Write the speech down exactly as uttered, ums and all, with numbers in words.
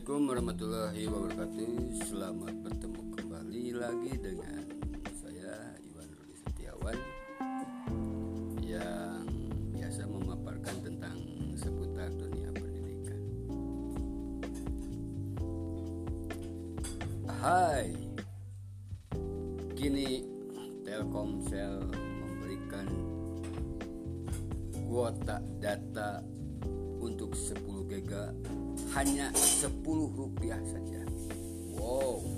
Assalamualaikum warahmatullahi wabarakatuh. Selamat bertemu kembali lagi dengan saya Iwan Rudi Setiawan yang biasa memaparkan tentang seputar dunia pendidikan. Hai, kini Telkomsel memberikan kuota data untuk sepuluh giga hanya sepuluh rupiah saja. Wow,